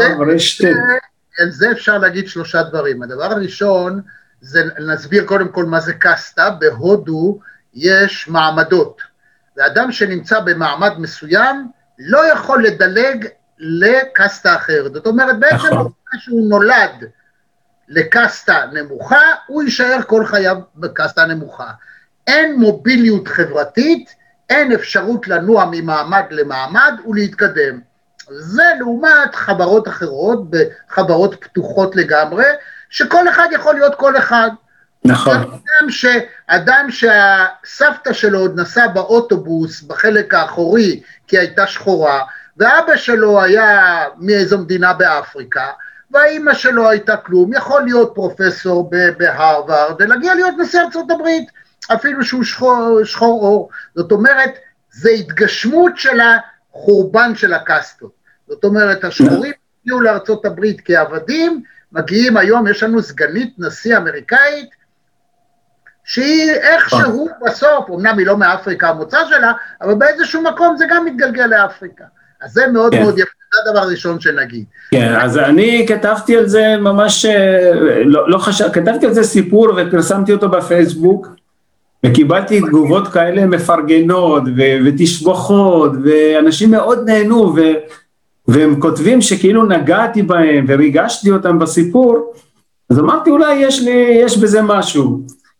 על זה אפשר להגיד 3 דברים. הדבר הראשון, זה נסביר קודם כל מה זה קסטה. בהודו יש מעמדות, ואדם שנמצא במעמד מסוים לא יכול לדלג לקסטה אחרת. זאת אומרת, בעצם שהוא נולד לקסטה נמוכה, הוא יישאר כל חייו בקסטה נמוכה. אין מוביליות חברתית, אין אפשרות לנוע ממעמד למעמד ולהתקדם. זה לעומת חברות אחרות, בחברות פתוחות לגמרי, שכל אחד יכול להיות כל אחד.
נכון.
אדם שהסבתא שלו עוד נסע באוטובוס בחלק האחורי כי הייתה שחורה, ואבא שלו היה מאיזו מדינה באפריקה, והאמא שלו הייתה כלום, יכול להיות פרופסור בהרווארד, ולהגיע להיות נשיא ארצות הברית, אפילו שהוא שחור אור. זאת אומרת, זה התגשמות של החורבן של הקסטות. זאת אומרת, השחורים הגיעו לארצות הברית כעבדים, מגיעים היום, יש לנו סגנית נשיא אמריקאית, שהיא איכשהו בסוף, אמנם היא לא מאפריקה המוצא שלה, אבל באיזשהו מקום זה גם מתגלגל לאפריקה. אז זה מאוד מאוד יפה, זה הדבר הראשון שנגיד.
כן, אז אני כתבתי על זה ממש, כתבתי על זה סיפור ופרסמתי אותו בפייסבוק, וקיבלתי תגובות כאלה מפרגנות ותשבחות, ואנשים מאוד נהנו, והם כותבים שכאילו נגעתי בהם וריגשתי אותם בסיפור, אז אמרתי אולי יש בזה משהו.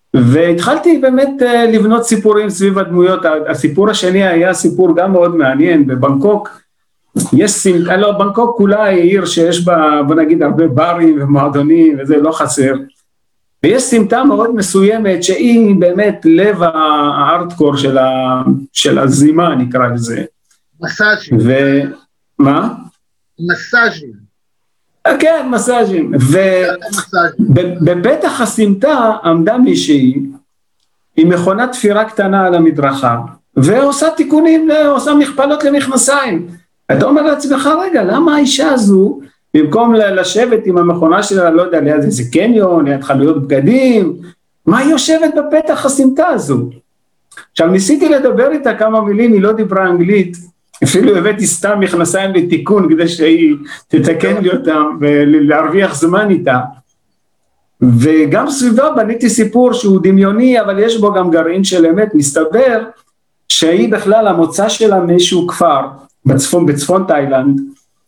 והתחלתי באמת לבנות סיפורים סביב הדמויות. הסיפור השני היה סיפור גם מאוד מעניין. בבנקוק, בנקוק כולה היא עיר שיש בה, בוא נגיד, הרבה ברים ומועדונים, וזה לא חסר. ויש סמטה מאוד מסוימת שהיא באמת לב הארטקור של הזימה, נקרא לזה.
מסאז'ים.
מה?
מסאז'ים.
כן, מסאז'ים. ובפתח הסמטה עמדה מישהי עם מכונת תפירה קטנה על המדרכה, ועושה תיקונים, עושה מכפלות למכנסיים. אתה אומר לעצמך, רגע, למה האישה הזו, במקום לשבת עם המכונה שלה, לא יודע, ליד איזה קניון, ליד חנויות בגדים, מה היא יושבת בפתח הסמטה הזו? עכשיו, ניסיתי לדבר איתה כמה מילים, היא לא דיברה אנגלית, אפילו הבאתי סתם מכנסיים לתיקון, כדי שהיא תתקן לי אותם, ולהרוויח זמן איתה. וגם סביבה בניתי סיפור שהוא דמיוני, אבל יש בו גם גרעין של אמת. מסתבר שהיא בכלל המוצא שלה מאיזשהו כפר, בצפון תאילנד,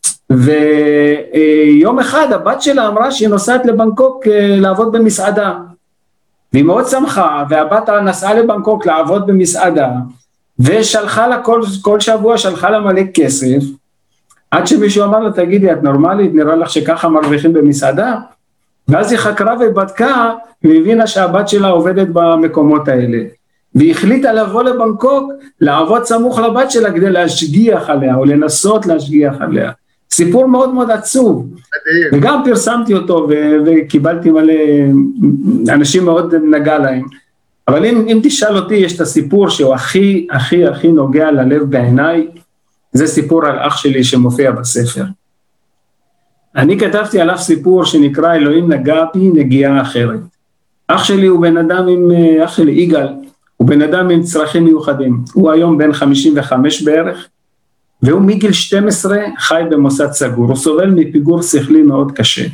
ויום אחד הבת שלה אמרה שהיא נוסעת לבנקוק לעבוד במסעדה, והיא מאוד שמחה, והבת נסעה לבנקוק לעבוד במסעדה, ושלחה לה כל שבוע, שלחה לה מלא כסף, עד שמישהו אמר לה, תגידי, את נורמלית, נראה לך שככה מרוויחים במסעדה? ואז היא חקרה ובדקה, והבינה שהבת שלה עובדת במקומות האלה, והיא החליטה לבוא לבנקוק, לעבוד סמוך לבת שלה, כדי להשגיח עליה, או לנסות להשגיח עליה. סיפור מאוד מאוד עצוב, וגם פרסמתי אותו, וקיבלתי מלא, אנשים מאוד נגע להם. אבל אם תשאל אותי, יש את הסיפור שהוא הכי הכי הכי נוגע ללב בעיניי, זה סיפור על אח שלי שמופיע בספר. אני כתבתי עליו סיפור שנקרא אלוהים נגע בי נגיעה אחרת. אח שלי הוא בן אדם אח שלי יגאל, הוא בן אדם עם צרכים מיוחדים. הוא היום בן 55 בערך, והוא מגיל 12 חי במוסד סגור. הוא סובל מפיגור שכלי מאוד קשה.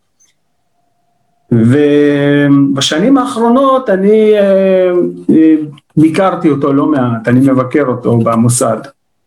ובשנים האחרונות אני ביקרתי אותו לא מעט, אני מבקר אותו במוסד.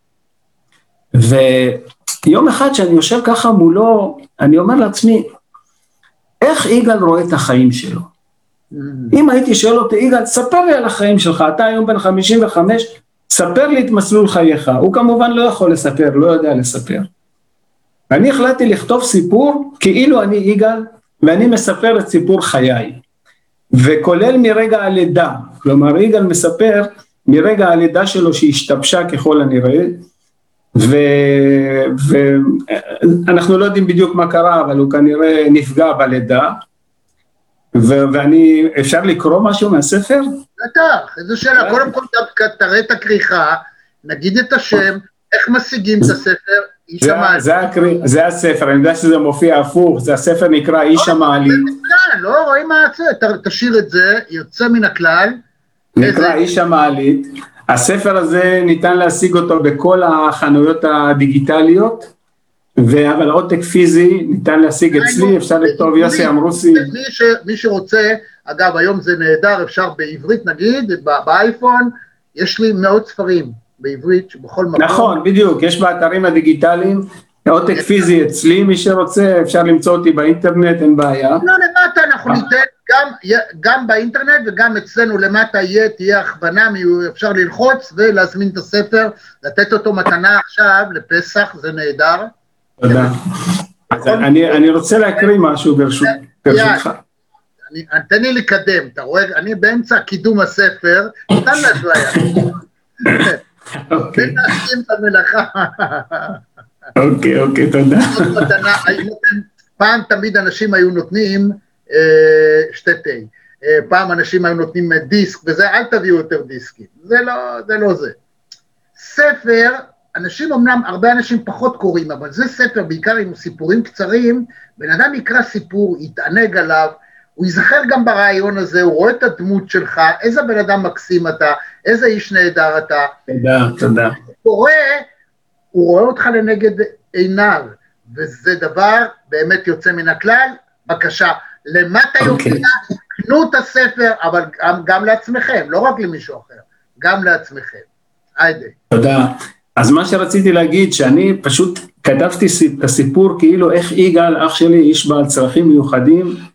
ויום אחד שאני יושב ככה מולו, אני אומר לעצמי, איך יגאל רואה את החיים שלו? אם הייתי שואל אותי, יגאל, ספר לי על החיים שלך, אתה היום בן 55, ספר לי את מסלול חייך. הוא כמובן לא יכול לספר, לא יודע לספר. ואני החלטתי לכתוב סיפור, כאילו אני יגאל, ואני מספר את סיפור חיי, וכולל מרגע הלידה. כלומר, יגאל מספר מרגע הלידה שלו שהשתבשה ככל הנראה, ואנחנו לא יודעים בדיוק מה קרה, אבל הוא כנראה נפגע בלידה, ואני, אפשר לקרוא משהו מהספר?
בטח, איזו שאלה, קודם כל תראה את הכריכה, נגיד את השם, איך משיגים את הספר, איש המעלית.
זה הספר, אני יודע שזה מופיע הפוך, זה הספר נקרא איש המעלית.
לא, רואים מה זה, תשאיר את זה, יוצא מן הכלל.
נקרא איש המעלית, הספר הזה ניתן להשיג אותו בכל החנויות הדיגיטליות, אבל עותק פיזי ניתן להשיג אצלי, אפשר לכתוב יוסי אמרוסי.
מי שרוצה, אגב היום זה נהדר, אפשר בעברית נגיד, באייפון, יש לי מאות ספרים בעברית, בכל מקום.
נכון, בדיוק, יש באתרים הדיגיטליים, עותק פיזי אצלי, מי שרוצה, אפשר למצוא אותי באינטרנט, אין בעיה.
לא, למטה אנחנו ניתן, גם באינטרנט וגם אצלנו למטה תהיה הכוונה, אפשר ללחוץ ולהזמין את הספר, לתת אותו מתנה עכשיו לפסח, זה נהדר.
תודה. אני רוצה להקריא משהו ברשותך.
תן לי לקדם, אתה רואה, אני באמצע קידום הספר, נתן לה שוויה. תן להשכים את המלאכה.
אוקיי, תודה.
פעם תמיד אנשים היו נותנים שתי תה, פעם אנשים היו נותנים דיסק, וזה אל תביאו יותר דיסקים, זה לא זה. ספר, אנשים אמנם, הרבה אנשים פחות קוראים, אבל זה ספר בעיקר עם סיפורים קצרים, בן אדם יקרא סיפור, יתענג עליו, הוא יזכר גם ברעיון הזה, הוא רואה את הדמות שלך, איזה בן אדם מקסים אתה, איזה איש נהדר אתה.
תודה.
הוא רואה אותך לנגד עיניו, וזה דבר באמת יוצא מן הכלל. בבקשה, למטה יופיע, קנו את הספר, אבל גם לעצמכם, לא רק למישהו אחר, גם לעצמכם. היידה.
תודה. אז מה שרציתי להגיד, שאני פשוט כתבתי את הסיפור כאילו איך יגאל, אח שלי, איש בעל צרכים מיוחדים,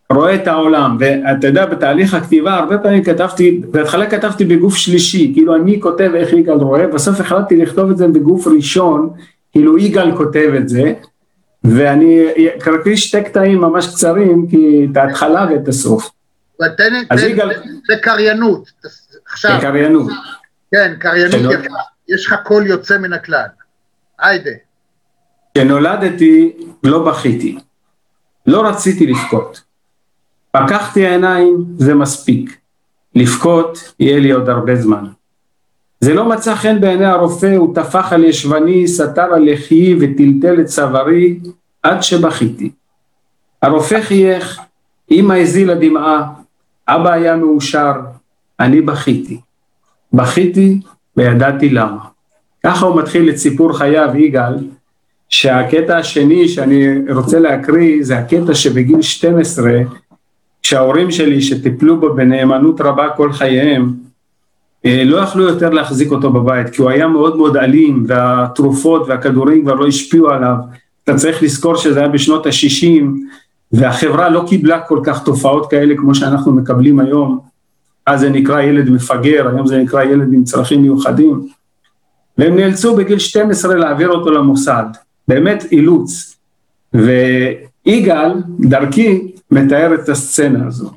רואה את העולם, ואתה יודע, בתהליך הכתיבה, הרבה פעמים בהתחלה כתבתי בגוף שלישי, כאילו אני כותב איך יגאל רואה, בסוף החלטתי לכתוב את זה בגוף ראשון, כאילו יגאל כותב את זה, ואני קראתי שתי קטעים ממש קצרים, כי את ההתחלה ואת הסוף.
זה קריינות. עכשיו.
קריינות.
כן, קריינות יפה. יש לך קול יוצא מן הכלל. היידה.
כשנולדתי לא בכיתי, לא רציתי לבכות. פקחתי העיניים, זה מספיק. לבכות יהיה לי עוד הרבה זמן. זה לא מצא חן בעיני הרופא, הוא טפח על ישבני, סתר על לחי וטלטל את צווארי, עד שבכיתי. הרופא חייך, אמא הזילה דמעה, אבא היה מאושר, אני בכיתי. בכיתי וידעתי למה. ככה הוא מתחיל את סיפור חייו יגאל, שהקטע השני שאני רוצה להקריא, זה הקטע שבגיל 12, כשההורים שלי שטיפלו בו בנאמנות רבה כל חייהם, לא יכלו יותר להחזיק אותו בבית, כי הוא היה מאוד מאוד אלים, והתרופות והכדורים כבר לא השפיעו עליו. אתה צריך לזכור שזה היה בשנות ה-60, והחברה לא קיבלה כל כך תופעות כאלה כמו שאנחנו מקבלים היום. אז זה נקרא ילד מפגר, היום זה נקרא ילד עם צרכים מיוחדים. והם נאלצו בגיל 12 להעביר אותו למוסד, באמת אילוץ. ויגאל, דרכי, מתאר את הסצנה הזו.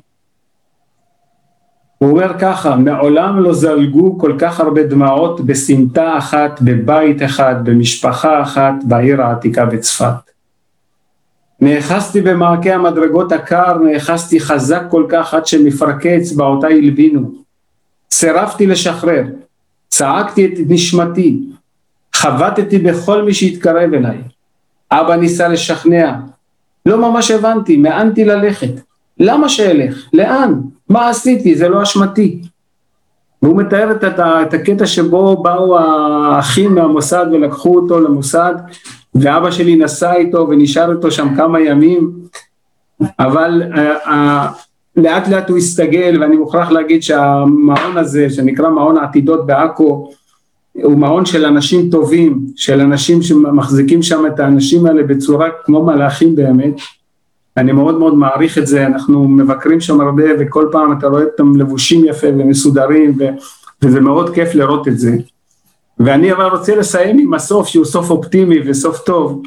הוא אומר ככה, מעולם לא זלגו כל כך הרבה דמעות בסמטה אחת, בבית אחד, במשפחה אחת, בעיר העתיקה בצפת. נאחזתי במעקה המדרגות הקר, נאחזתי חזק כל כך עד שמפרקי אצבעותיי הלבינו. סירבתי לשחרר, צעקתי את נשמתי, חבטתי בכל מי שהתקרב אליי. אבא ניסה לשכנע, לא ממש הבנתי, מאנתי ללכת. למה שאלך? לאן? מה עשיתי? זה לא אשמתי. והוא מתאר את הקטע שבו באו האחים מהמוסד ולקחו אותו למוסד, ואבא שלי נסע איתו ונשאר איתו שם כמה ימים, אבל לאט לאט הוא הסתגל, ואני מוכרח להגיד שהמעון הזה, שנקרא מעון העתידות בעכו, הוא מעון של אנשים טובים, של אנשים שמחזיקים שם את האנשים האלה בצורה כמו מלאכים באמת. אני מאוד מאוד מעריך את זה, אנחנו מבקרים שם הרבה, וכל פעם אתה רואה אותם לבושים יפה ומסודרים, וזה מאוד כיף לראות את זה. ואני אבל רוצה לסיים עם הסוף, שהוא סוף אופטימי וסוף טוב,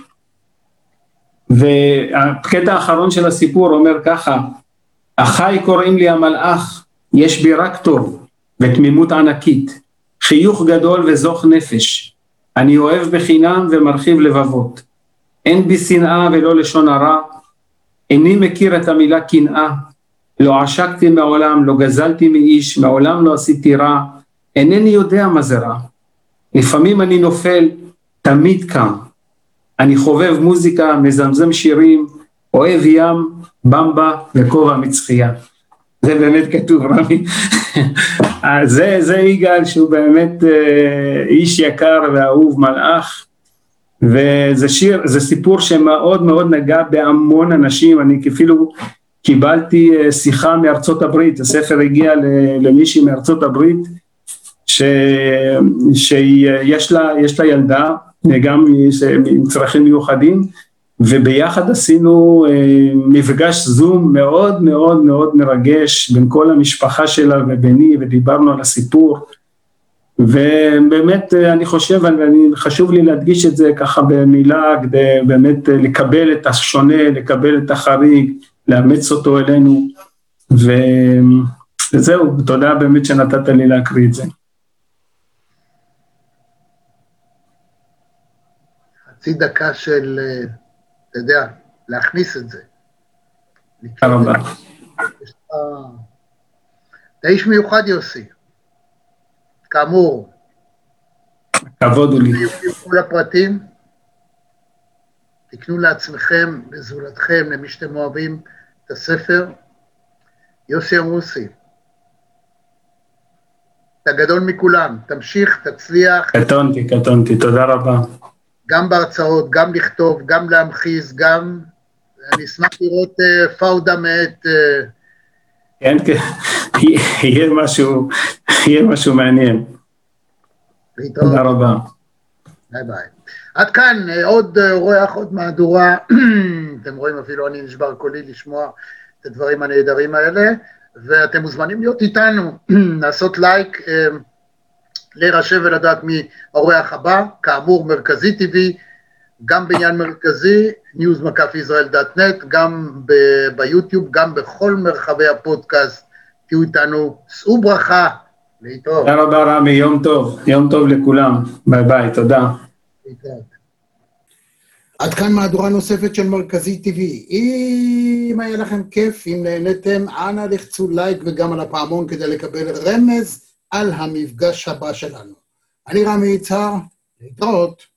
והקטע האחרון של הסיפור אומר ככה, אחי קוראים לי המלאך, יש בי רק טוב, ותמימות ענקית, חיוך גדול וזוך נפש, אני אוהב בחינם ומרחיב לבבות, אין בי שנאה ולא לשון הרע, איני מכיר את המילה קנאה, לא עשקתי מעולם, לא גזלתי מאיש, מעולם לא עשיתי רע, אינני יודע מה זה רע, לפעמים אני נופל, תמיד קם, אני חובב מוזיקה, מזמזם שירים, אוהב ים, במבה וכובע מצחייה. זה באמת כתוב רמי. זה יגאל שהוא באמת איש יקר ואהוב מלאך, וזה שיר, זה סיפור שמאוד מאוד נגע בהמון אנשים. אני אפילו קיבלתי שיחה מארצות הברית, הספר הגיע למישהי מארצות הברית, שיש לה ילדה, גם עם צרכים מיוחדים, וביחד עשינו מפגש זום מאוד מאוד מאוד מרגש בין כל המשפחה שלה וביני, ודיברנו על הסיפור, ובאמת אני חושב, חשוב לי להדגיש את זה ככה במילה, כדי באמת לקבל את השונה, לקבל את החריג, לאמץ אותו אלינו, וזהו, תודה באמת שנתת לי להקריא את זה.
חצי דקה של, אתה יודע, להכניס את זה.
תודה רבה.
אתה איש מיוחד יוסי, כאמור.
כבוד הוא לי.
כל הפרטים, תקנו לעצמכם, לזולתכם, למי שאתם אוהבים את הספר. יוסי עמוסי, אתה גדול מכולם, תמשיך, תצליח.
קטונתי, תודה רבה.
גם בהרצאות, גם לכתוב, גם להמחיז, גם, אני אשמח לראות פאודה מאת...
כן, יהיה משהו מעניין. תודה רבה.
ביי ביי. עד כאן, עוד אורח, עוד מהדורה, אתם רואים אפילו אני נשבר קולי לשמוע את הדברים הנהדרים האלה, ואתם מוזמנים להיות איתנו, לעשות לייק, להירשם ולדעת מי האורח הבא, כאמור מרכזי TV, גם בעניין מרכזי, news.israel.net, גם ביוטיוב, גם בכל מרחבי הפודקאסט, תהיו איתנו, שאו ברכה, להתראות.
תודה רבה רמי, יום טוב לכולם, ביי ביי, תודה.
עד כאן מהדורה נוספת של מרכזי TV. אם היה לכם כיף, אם נהנתם, אנא לחצו לייק וגם על הפעמון כדי לקבל רמז על המפגש הבא שלנו. אני רמי יצהר, להתראות.